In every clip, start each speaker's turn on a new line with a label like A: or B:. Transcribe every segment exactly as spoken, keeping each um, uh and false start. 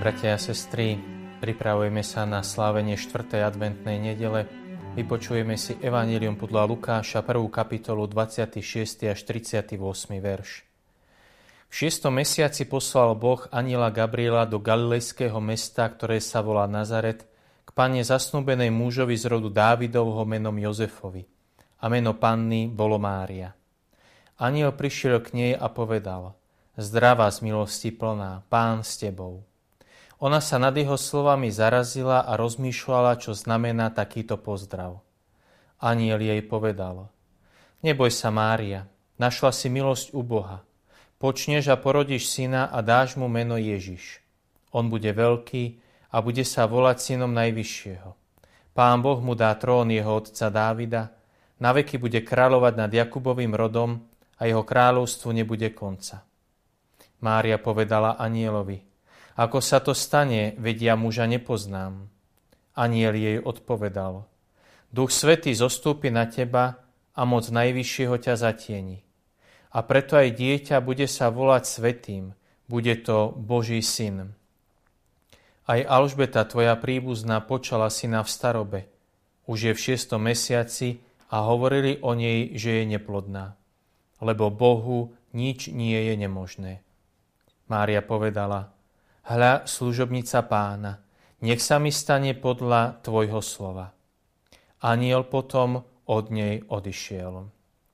A: Bratia a sestry, pripravujeme sa na slávenie štvrtej adventnej nedele. Vypočujeme si Evanjelium podľa Lukáša, prvú kapitolu, dvadsiaty šiesty až tridsiaty ôsmy verš. V šiestom mesiaci poslal Boh anjela Gabriela do galilejského mesta, ktoré sa volá Nazaret, k panne zasnúbenej mužovi z rodu Dávidovho menom Jozefovi. A meno panny bolo Mária. Anjel prišiel k nej a povedal: Zdravá z milosti plná, Pán s tebou. Ona sa nad jeho slovami zarazila a rozmýšľala, čo znamená takýto pozdrav. Anjel jej povedal: Neboj sa, Mária, našla si milosť u Boha. Počneš a porodíš syna a dáš mu meno Ježiš. On bude veľký a bude sa volať synom Najvyššieho. Pán Boh mu dá trón jeho otca Dávida, naveky bude kráľovať nad Jakubovým rodom a jeho kráľovstvu nebude konca. Mária povedala anjelovi: Ako sa to stane, veď ja muža nepoznám. Anjel jej odpovedal: Duch Svätý zostúpi na teba a moc Najvyššieho ťa zatieni. A preto aj dieťa bude sa volať Svätým, bude to Boží syn. Aj Alžbeta, tvoja príbuzná, počala syna v starobe. Už je v šiestom mesiaci a hovorili o nej, že je neplodná. Lebo Bohu nič nie je nemožné. Mária povedala: Hľa, služobnica Pána, nech sa mi stane podľa tvojho slova. Anjel potom od nej odišiel.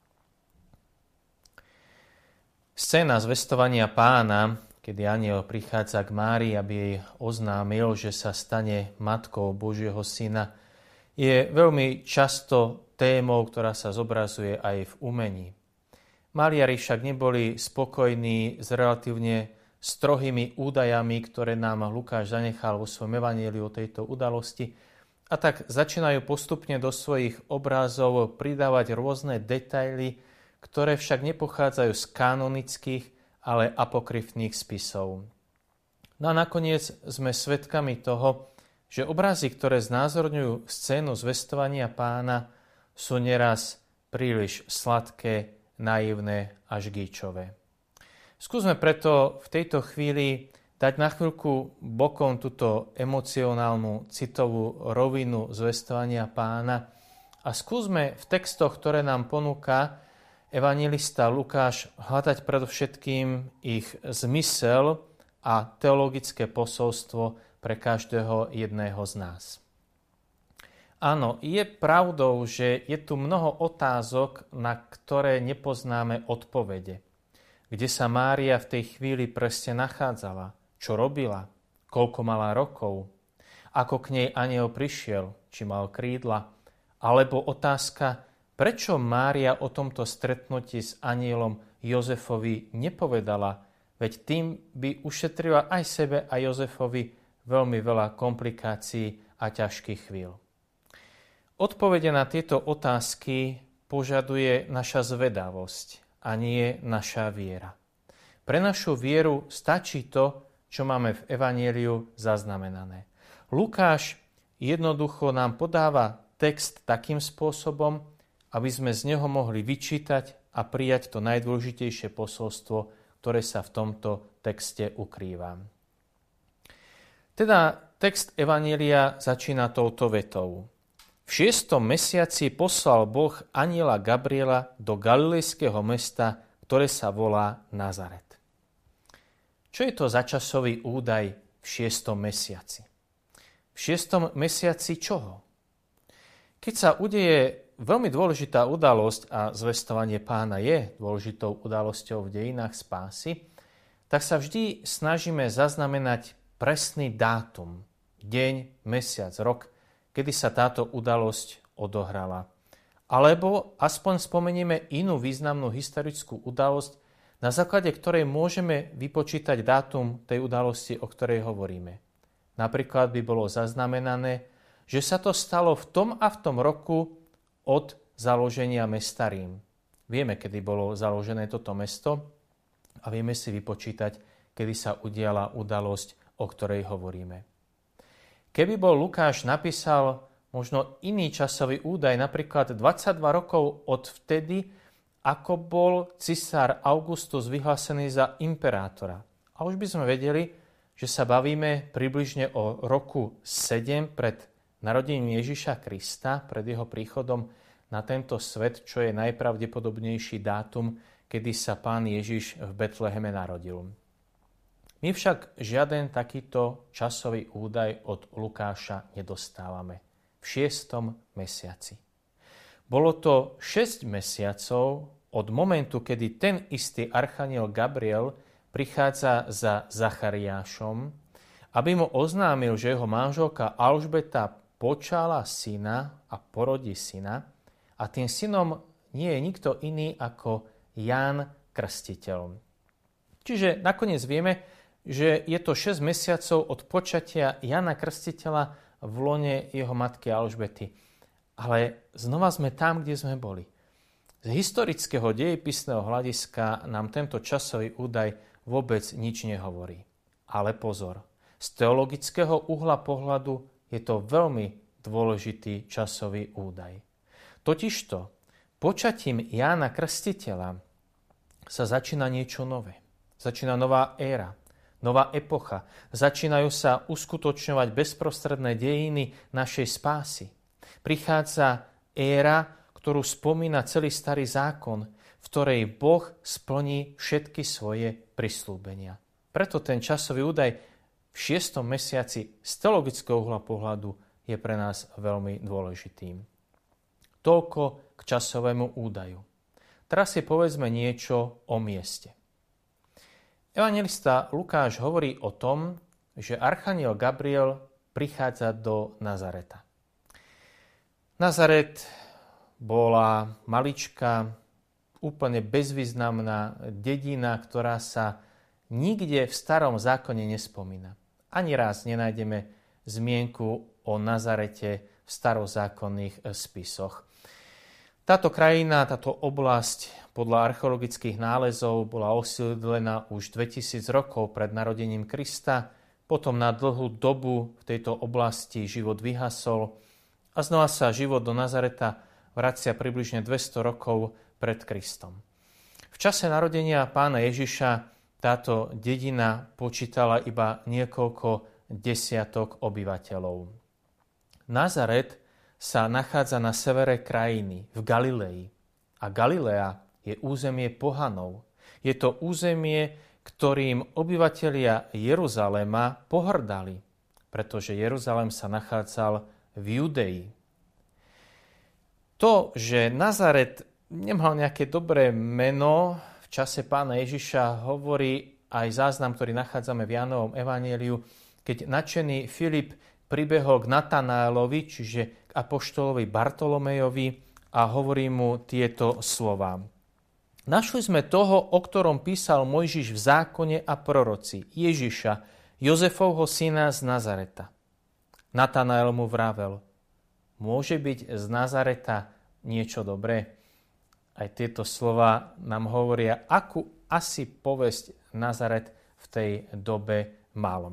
A: Scéna zvestovania Pána, kedy anjel prichádza k Márii, aby jej oznámil, že sa stane matkou Božieho syna, je veľmi často témou, ktorá sa zobrazuje aj v umení. Maliari však neboli spokojní s relatívne strohými údajami, ktoré nám Lukáš zanechal vo svojom evanjeliu o tejto udalosti, a tak začínajú postupne do svojich obrázov pridávať rôzne detaily, ktoré však nepochádzajú z kanonických, ale apokryfných spisov. No a nakoniec sme svedkami toho, že obrazy, ktoré znázorňujú scénu zvestovania Pána, sú neraz príliš sladké, naivné až gíčové. Skúsme preto v tejto chvíli dať na chvíľku bokom túto emocionálnu, citovú rovinu zvestovania Pána a skúsme v textoch, ktoré nám ponúka evanjelista Lukáš, hľadať predovšetkým ich zmysel a teologické posolstvo pre každého jedného z nás. Áno, je pravdou, že je tu mnoho otázok, na ktoré nepoznáme odpovede. Kde sa Mária v tej chvíli presne nachádzala, čo robila, koľko mala rokov, ako k nej anjel prišiel, či mal krídla, alebo otázka, prečo Mária o tomto stretnutí s anjelom Jozefovi nepovedala, veď tým by ušetrila aj sebe a Jozefovi veľmi veľa komplikácií a ťažkých chvíľ. Odpovede na tieto otázky požaduje naša zvedavosť a nie naša viera. Pre našu vieru stačí to, čo máme v evanjeliu zaznamenané. Lukáš jednoducho nám podáva text takým spôsobom, aby sme z neho mohli vyčítať a prijať to najdôležitejšie posolstvo, ktoré sa v tomto texte ukrýva. Teda text evanjelia začína touto vetou. V šiestom mesiaci poslal Boh anjela Gabriela do galilejského mesta, ktoré sa volá Nazaret. Čo je to za časový údaj v šiestom mesiaci? V šiestom mesiaci čoho? Keď sa udeje veľmi dôležitá udalosť, a zvestovanie Pána je dôležitou udalosťou v dejinách spásy, tak sa vždy snažíme zaznamenať presný dátum, deň, mesiac, rok, kedy sa táto udalosť odohrala. Alebo aspoň spomenieme inú významnú historickú udalosť, na základe ktorej môžeme vypočítať dátum tej udalosti, o ktorej hovoríme. Napríklad by bolo zaznamenané, že sa to stalo v tom a v tom roku od založenia mesta Rím. Vieme, kedy bolo založené toto mesto a vieme si vypočítať, kedy sa udiala udalosť, o ktorej hovoríme. Keby bol Lukáš napísal možno iný časový údaj, napríklad dvadsaťdva rokov od vtedy, ako bol cisár Augustus vyhlásený za imperátora. A už by sme vedeli, že sa bavíme približne o roku sedem pred narodením Ježiša Krista, pred jeho príchodom na tento svet, čo je najpravdepodobnejší dátum, kedy sa Pán Ježiš v Betleheme narodil. My však žiaden takýto časový údaj od Lukáša nedostávame v šiestom mesiaci. Bolo to šesť mesiacov od momentu, kedy ten istý archaniel Gabriel prichádza za Zachariášom, aby mu oznámil, že jeho manželka Alžbeta počala syna a porodí syna, a tým synom nie je nikto iný ako Ján Krstiteľ. Čiže nakoniec vieme, že je to šesť mesiacov od počatia Jana Krstiteľa v lone jeho matky Alžbety. Ale znova sme tam, kde sme boli. Z historického dejepisného hľadiska nám tento časový údaj vôbec nič nehovorí. Ale pozor, z teologického uhla pohľadu je to veľmi dôležitý časový údaj. Totižto počatím Jána Krstiteľa sa začína niečo nové. Začína nová éra, nová epocha. Začínajú sa uskutočňovať bezprostredné dejiny našej spásy. Prichádza éra, ktorú spomína celý starý zákon, v ktorej Boh splní všetky svoje prisľúbenia. Preto ten časový údaj v šiestom mesiaci z teologického uhla pohľadu je pre nás veľmi dôležitým. Toľko k časovému údaju. Teraz si povedzme niečo o mieste. Evanjelista Lukáš hovorí o tom, že archaniel Gabriel prichádza do Nazareta. Nazaret bola maličká, úplne bezvýznamná dedina, ktorá sa nikde v starom zákone nespomína. Ani raz nenájdeme zmienku o Nazarete v starozákonných spisoch. Táto krajina, táto oblasť podľa archeologických nálezov bola osídlená už dvetisíc rokov pred narodením Krista, potom na dlhú dobu v tejto oblasti život vyhasol a znova sa život do Nazareta vracia približne dvesto rokov pred Kristom. V čase narodenia Pána Ježiša táto dedina počítala iba niekoľko desiatok obyvateľov. Nazaret sa nachádza na severe krajiny, v Galilei. A Galilea je územie pohanov. Je to územie, ktorým obyvatelia Jeruzalema pohrdali, pretože Jeruzalem sa nachádzal v Judei. To, že Nazaret nemal nejaké dobré meno v čase Pána Ježiša, hovorí aj záznam, ktorý nachádzame v Jánovom evanjeliu, keď nadšený Filip pribehol k Natanáelovi, čiže k apoštolovi Bartolomejovi, a hovorí mu tieto slová. Našli sme toho, o ktorom písal Mojžiš v zákone a proroci, Ježiša, Jozefovho syna z Nazareta. Natanael mu vravel, môže byť z Nazareta niečo dobré? Aj tieto slova nám hovoria, akú asi povesť Nazaret v tej dobe mal.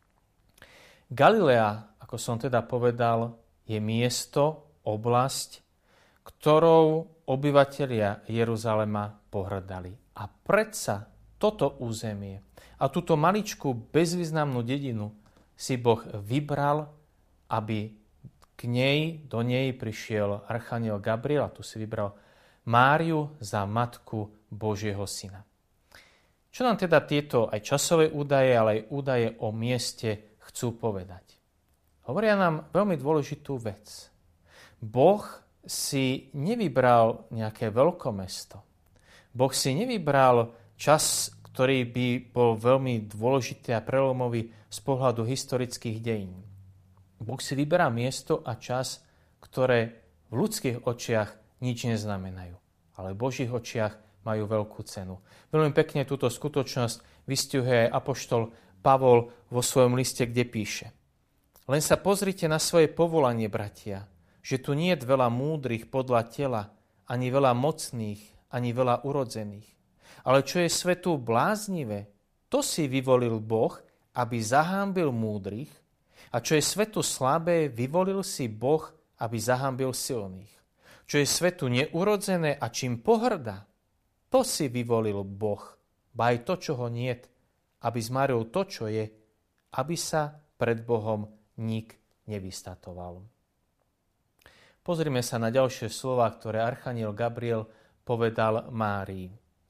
A: Galilea, ako som teda povedal, je miesto, oblasť, ktorou obyvatelia Jeruzalema pohrdali. A predsa toto územie a túto maličkú bezvýznamnú dedinu si Boh vybral, aby k nej, do nej prišiel archaniel Gabriel, a tu si vybral Máriu za matku Božieho syna. Čo nám teda tieto aj časové údaje, ale aj údaje o mieste chcú povedať? Hovoria nám veľmi dôležitú vec. Boh si nevybral nejaké veľkomesto. Boh si nevybral čas, ktorý by bol veľmi dôležitý a prelomový z pohľadu historických dejín. Boh si vyberá miesto a čas, ktoré v ľudských očiach nič neznamenajú, ale v Božích očiach majú veľkú cenu. Veľmi pekne túto skutočnosť vystihuje aj apoštol Pavol vo svojom liste, kde píše: Len sa pozrite na svoje povolanie, bratia, že tu nie je veľa múdrych podľa tela, ani veľa mocných, ani veľa urodzených. Ale čo je svetu bláznivé, to si vyvolil Boh, aby zahámbil múdrych, a čo je svetu slabé, vyvolil si Boh, aby zahámbil silných. Čo je svetu neurodzené a čím pohrdá, to si vyvolil Boh, ba aj to, čo ho niet, aby zmaril to, čo je, aby sa pred Bohom nik nevystatoval. Pozrime sa na ďalšie slova, ktoré archaniel Gabriel povedal Márii.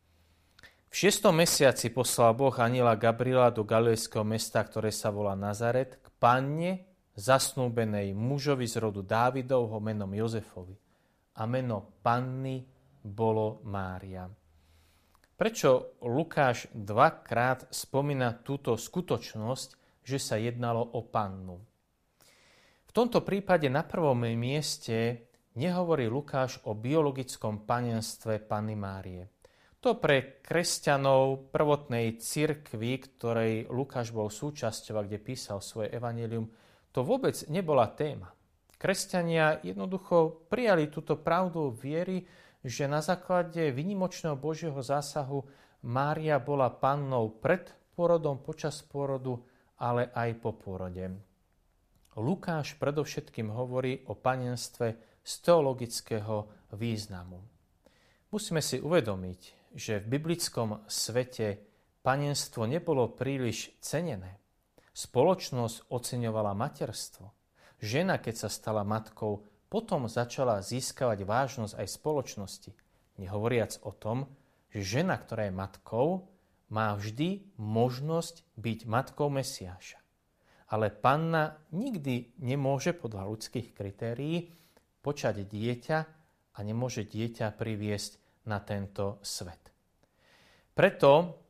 A: V šiestom mesiaci poslal Boh anjela Gabriela do galilejského mesta, ktoré sa volá Nazaret, k panne zasnúbenej mužovi z rodu Dávidovho menom Jozefovi. A meno panny bolo Mária. Prečo Lukáš dvakrát spomína túto skutočnosť, že sa jednalo o pannu? V tomto prípade na prvom mieste nehovorí Lukáš o biologickom panenstve Panny Márie. To pre kresťanov prvotnej cirkvi, ktorej Lukáš bol súčasťou, kde písal svoje evanjelium, to vôbec nebola téma. Kresťania jednoducho prijali túto pravdu viery, že na základe výnimočného Božieho zásahu Mária bola pannou pred pôrodom, počas pôrodu, ale aj po pôrode. Lukáš predovšetkým hovorí o panenstve z teologického významu. Musíme si uvedomiť, že v biblickom svete panenstvo nebolo príliš cenené. Spoločnosť oceňovala materstvo. Žena, keď sa stala matkou, potom začala získavať vážnosť aj spoločnosti. Nehovoriac o tom, že žena, ktorá je matkou, má vždy možnosť byť matkou Mesiáša. Ale panna nikdy nemôže podľa ľudských kritérií počať dieťa a nemôže dieťa priviesť na tento svet. Preto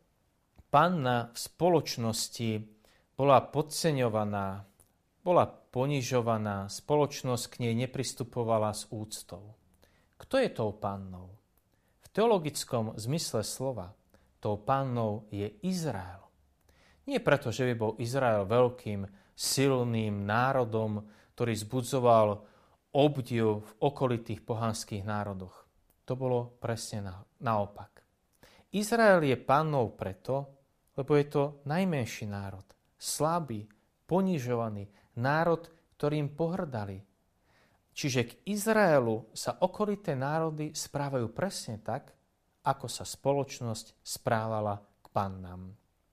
A: panna v spoločnosti bola podceňovaná, bola ponižovaná, spoločnosť k nej nepristupovala s úctou. Kto je tou pannou? V teologickom zmysle slova tou pannou je Izrael. Nie preto, že by bol Izrael veľkým, silným národom, ktorý zbudzoval obdiv v okolitých pohanských národoch. To bolo presne na, naopak. Izrael je pannou preto, lebo je to najmenší národ, slabý, ponižovaný, národ, ktorým pohrdali. Čiže k Izraelu sa okolité národy správajú presne tak, ako sa spoločnosť správala k pannám.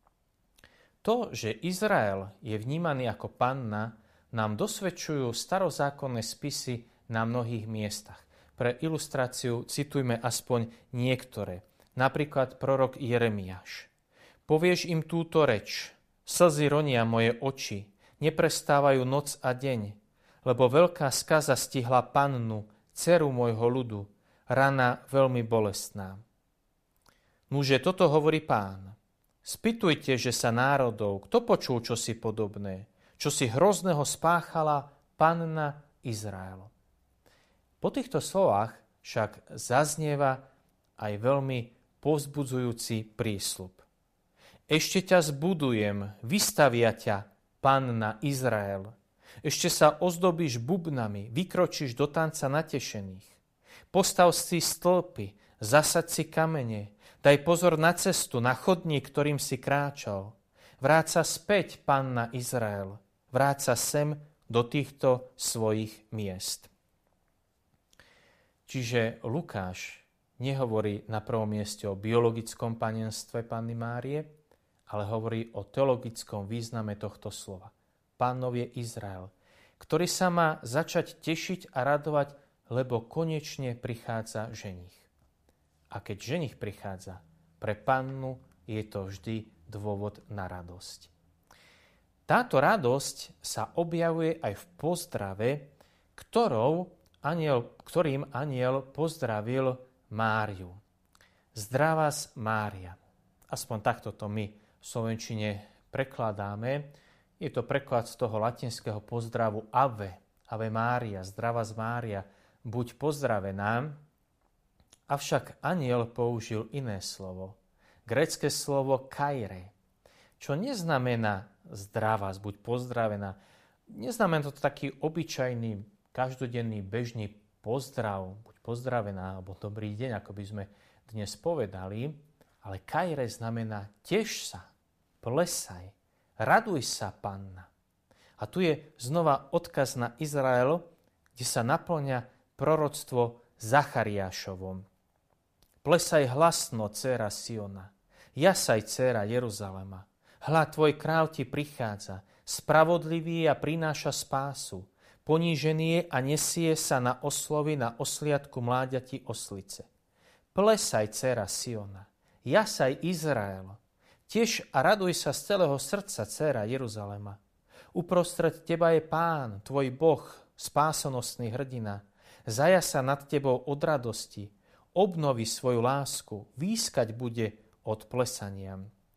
A: To, že Izrael je vnímaný ako panna, nám dosvedčujú starozákonné spisy na mnohých miestach. Pre ilustráciu citujme aspoň niektoré. Napríklad prorok Jeremiáš. Povieš im túto reč, slzy ronia moje oči, neprestávajú noc a deň, lebo veľká skaza stihla pannu, dceru môjho ľudu, rana veľmi bolestná. Nuže, toto hovorí Pán. Spýtujte, že sa národov, kto počul čosi podobné, čo si hrozného spáchala panna Izrael. Po týchto slovách však zaznieva aj veľmi povzbudzujúci prísľub. Ešte ťa zbudujem, vystavia ťa, panna Izrael. Ešte sa ozdobíš bubnami, vykročíš do tanca natešených. Postav si stĺpy, zasaď si kamene, daj pozor na cestu, na chodník, ktorým si kráčal. Vráť sa späť, panna Izrael. Vráť sa sem do týchto svojich miest. Čiže Lukáš nehovorí na prvom mieste o biologickom panenstve Panny Márie, ale hovorí o teologickom význame tohto slova. Pánov je Izrael, ktorý sa má začať tešiť a radovať, lebo konečne prichádza ženich. A keď ženich prichádza, pre pannu je to vždy dôvod na radosť. Táto radosť sa objavuje aj v pozdrave, ktorou aniel, ktorým aniel pozdravil Máriu. Zdravás Mária. Aspoň takto to my v slovenčine prekladáme. Je to preklad z toho latinského pozdravu Ave, Ave Mária, zdravás Mária, buď pozdravená. Avšak aniel použil iné slovo, grécke slovo kaire, čo neznamená zdravás, buď pozdravená. Neznamená to taký obyčajný, každodenný, bežný pozdrav, buď pozdravená, alebo dobrý deň, ako by sme dnes povedali, ale kaire znamená teš sa, plesaj, raduj sa, panna. A tu je znova odkaz na Izrael, kde sa naplňa proroctvo Zachariášovom. Plesaj hlasno, dcéra Siona, jasaj, dcéra Jeruzalema. Hľa, tvoj král ti prichádza, Spravodlivý a prináša spásu. Ponížený je a nesie sa na oslovy na osliadku mláďati oslice. Plesaj, dcéra Siona, jasaj Izrael. Tiež a raduj sa z celého srdca, dcéra Jeruzalema. Uprostred teba je Pán, tvoj Boh, spásonosný hrdina. Zaja sa nad tebou od radosti. Obnoví svoju lásku, výskať bude od plesania.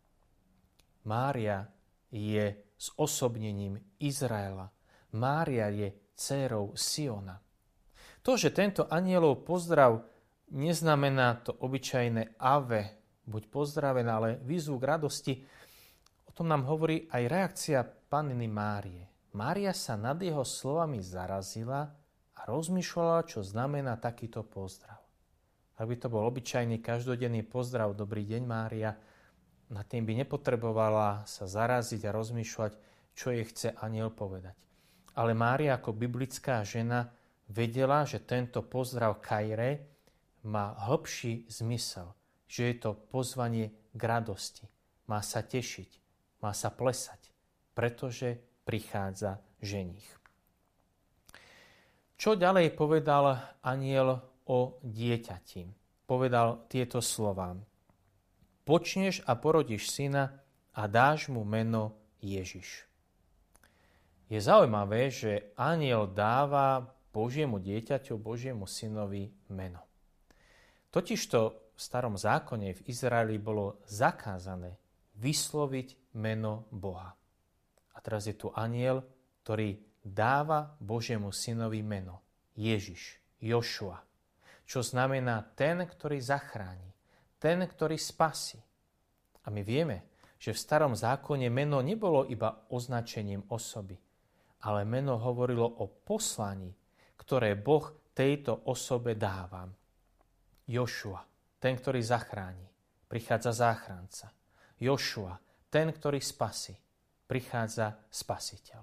A: Mária je s osobnením Izraela. Mária je dcérou Siona. To, že tento anjelov pozdrav neznamená to obyčajné ave, buď pozdravená, ale výzvu k radosti, o tom nám hovorí aj reakcia Panny Márie. Mária sa nad jeho slovami zarazila a rozmýšľala, čo znamená takýto pozdrav. Ak by to bol obyčajný každodenný pozdrav Dobrý deň, Mária, nad tým by nepotrebovala sa zaraziť a rozmýšľať, čo jej chce anjel povedať. Ale Mária ako biblická žena vedela, že tento pozdrav Kaire má hlbší zmysel, že je to pozvanie k radosti. Má sa tešiť, má sa plesať, pretože prichádza ženích. Čo ďalej povedal anjel o dieťati? Povedal tieto slová. Počneš a porodíš syna a dáš mu meno Ježiš. Je zaujímavé, že anjel dáva Božiemu dieťaťu, Božiemu synovi meno. Totižto v starom zákone v Izraeli bolo zakázané vysloviť meno Boha. A teraz je tu anjel, ktorý dáva Božiemu synovi meno Ježiš, Jošua, čo znamená ten, ktorý zachráni, ten, ktorý spasí. A my vieme, že v starom zákone meno nebolo iba označením osoby, ale meno hovorilo o poslaní, ktoré Boh tejto osobe dáva. Jošua, ten, ktorý zachráni, prichádza záchranca. Jošua, ten, ktorý spasí, prichádza spasiteľ.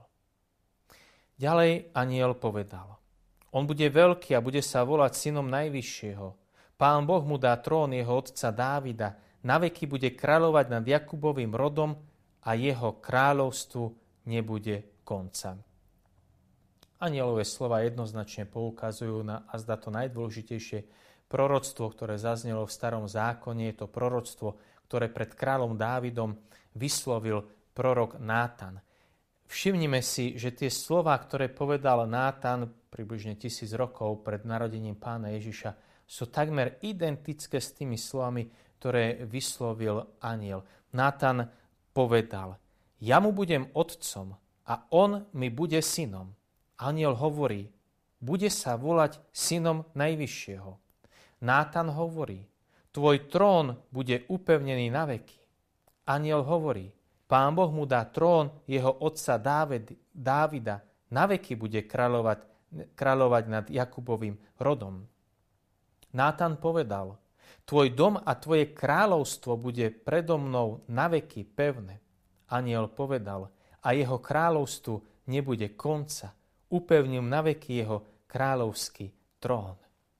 A: Ďalej anjel povedal, on bude veľký a bude sa volať synom Najvyššieho. Pán Boh mu dá trón jeho otca Dávida, naveky bude kráľovať nad Jakubovým rodom a jeho kráľovstvu nebude konca. Anjelové slova jednoznačne poukazujú na azda to najdôležitejšie proroctvo, ktoré zaznelo v starom zákone. Je to proroctvo, ktoré pred kráľom Dávidom vyslovil prorok Nátan. Všimnime si, že tie slová, ktoré povedal Nátan približne tisíc rokov pred narodením Pána Ježiša, sú takmer identické s tými slovami, ktoré vyslovil anjel. Nátan povedal, ja mu budem otcom a on mi bude synom. Anjel hovorí, bude sa volať synom Najvyššieho. Nátan hovorí, tvoj trón bude upevnený na veky. Anjel hovorí, Pán Boh mu dá trón jeho otca Dávida, na veky bude kráľovať, kráľovať nad Jakubovým rodom. Nátan povedal, tvoj dom a tvoje kráľovstvo bude predo mnou na veky pevné. Anjel povedal, a jeho kráľovstvu nebude konca, upevním na veky jeho kráľovský trón.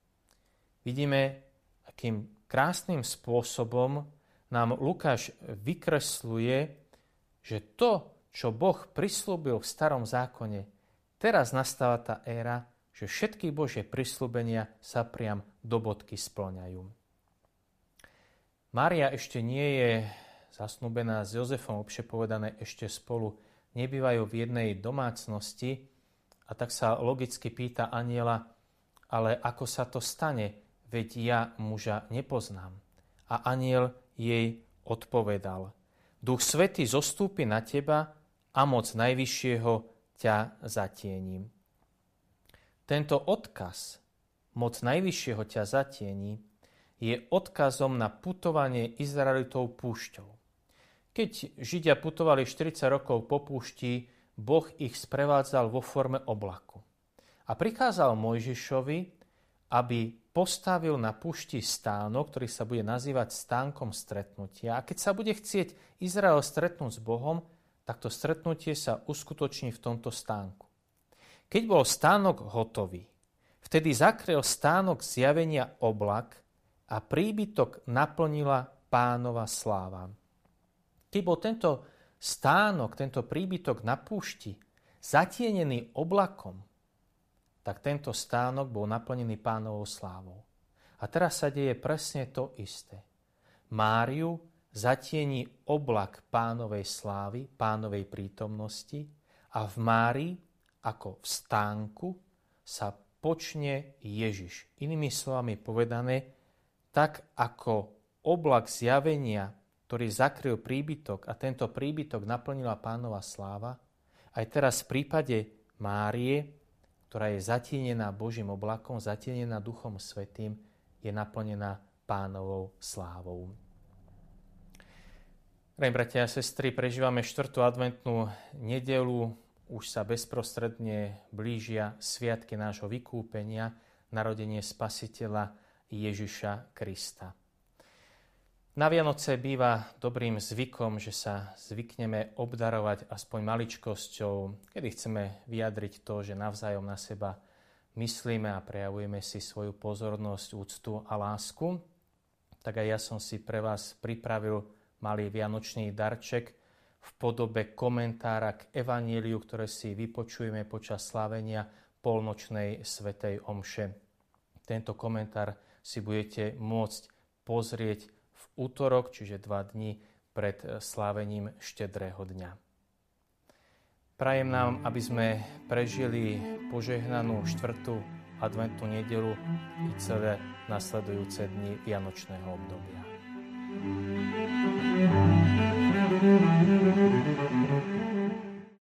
A: Vidíme, akým krásnym spôsobom nám Lukáš vykresľuje, že to, čo Boh prislúbil v starom zákone, teraz nastáva tá éra, že všetky Božie prisľúbenia sa priam do bodky spĺňajú. Mária ešte nie je zasnúbená s Jozefom, lepšie povedané, ešte spolu nebývajú v jednej domácnosti a tak sa logicky pýta anjela, ale ako sa to stane, veď ja muža nepoznám. A anjel jej odpovedal, Duch Svätý zostúpi na teba a moc Najvyššieho ťa zatiením. Tento odkaz, moc Najvyššieho ťa zatiení, je odkazom na putovanie Izraelitov púšťou. Keď Židia putovali štyridsať rokov po púšti, Boh ich sprevádzal vo forme oblaku. A prikázal Mojžišovi, aby postavil na púšti stánok, ktorý sa bude nazývať stánkom stretnutia. A keď sa bude chcieť Izrael stretnúť s Bohom, tak to stretnutie sa uskutoční v tomto stánku. Keď bol stánok hotový, vtedy zakryl stánok zjavenia oblak a príbytok naplnila Pánova sláva. Keď bol tento stánok, tento príbytok na púšti, zatienený oblakom, tak tento stánok bol naplnený Pánovou slávou. A teraz sa deje presne to isté. Máriu zatieni oblak Pánovej slávy, Pánovej prítomnosti a v Márii, ako v stánku, sa počne Ježiš. Inými slovami povedané, tak ako oblak zjavenia, ktorý zakryl príbytok a tento príbytok naplnila Pánova sláva, aj teraz v prípade Márie, ktorá je zatienená Božím oblakom, zatienená Duchom Svätým, je naplnená Pánovou slávou. Drahí bratia a sestry, prežívame štvrtú adventnú nedeľu, už sa bezprostredne blížia sviatky nášho vykúpenia, narodenie Spasiteľa Ježiša Krista. Na Vianoce býva dobrým zvykom, že sa zvykneme obdarovať aspoň maličkosťou, kedy chceme vyjadriť to, že navzájom na seba myslíme a prejavujeme si svoju pozornosť, úctu a lásku. Tak aj ja som si pre vás pripravil malý vianočný darček v podobe komentára k evanjeliu, ktoré si vypočujeme počas slávenia polnočnej svätej omše. Tento komentár si budete môcť pozrieť v útorok, čiže dva dni pred slávením Štedrého dňa. Prajem nám, aby sme prežili požehnanú štvrtú adventnú nedeľu i celé nasledujúce dni vianočného obdobia.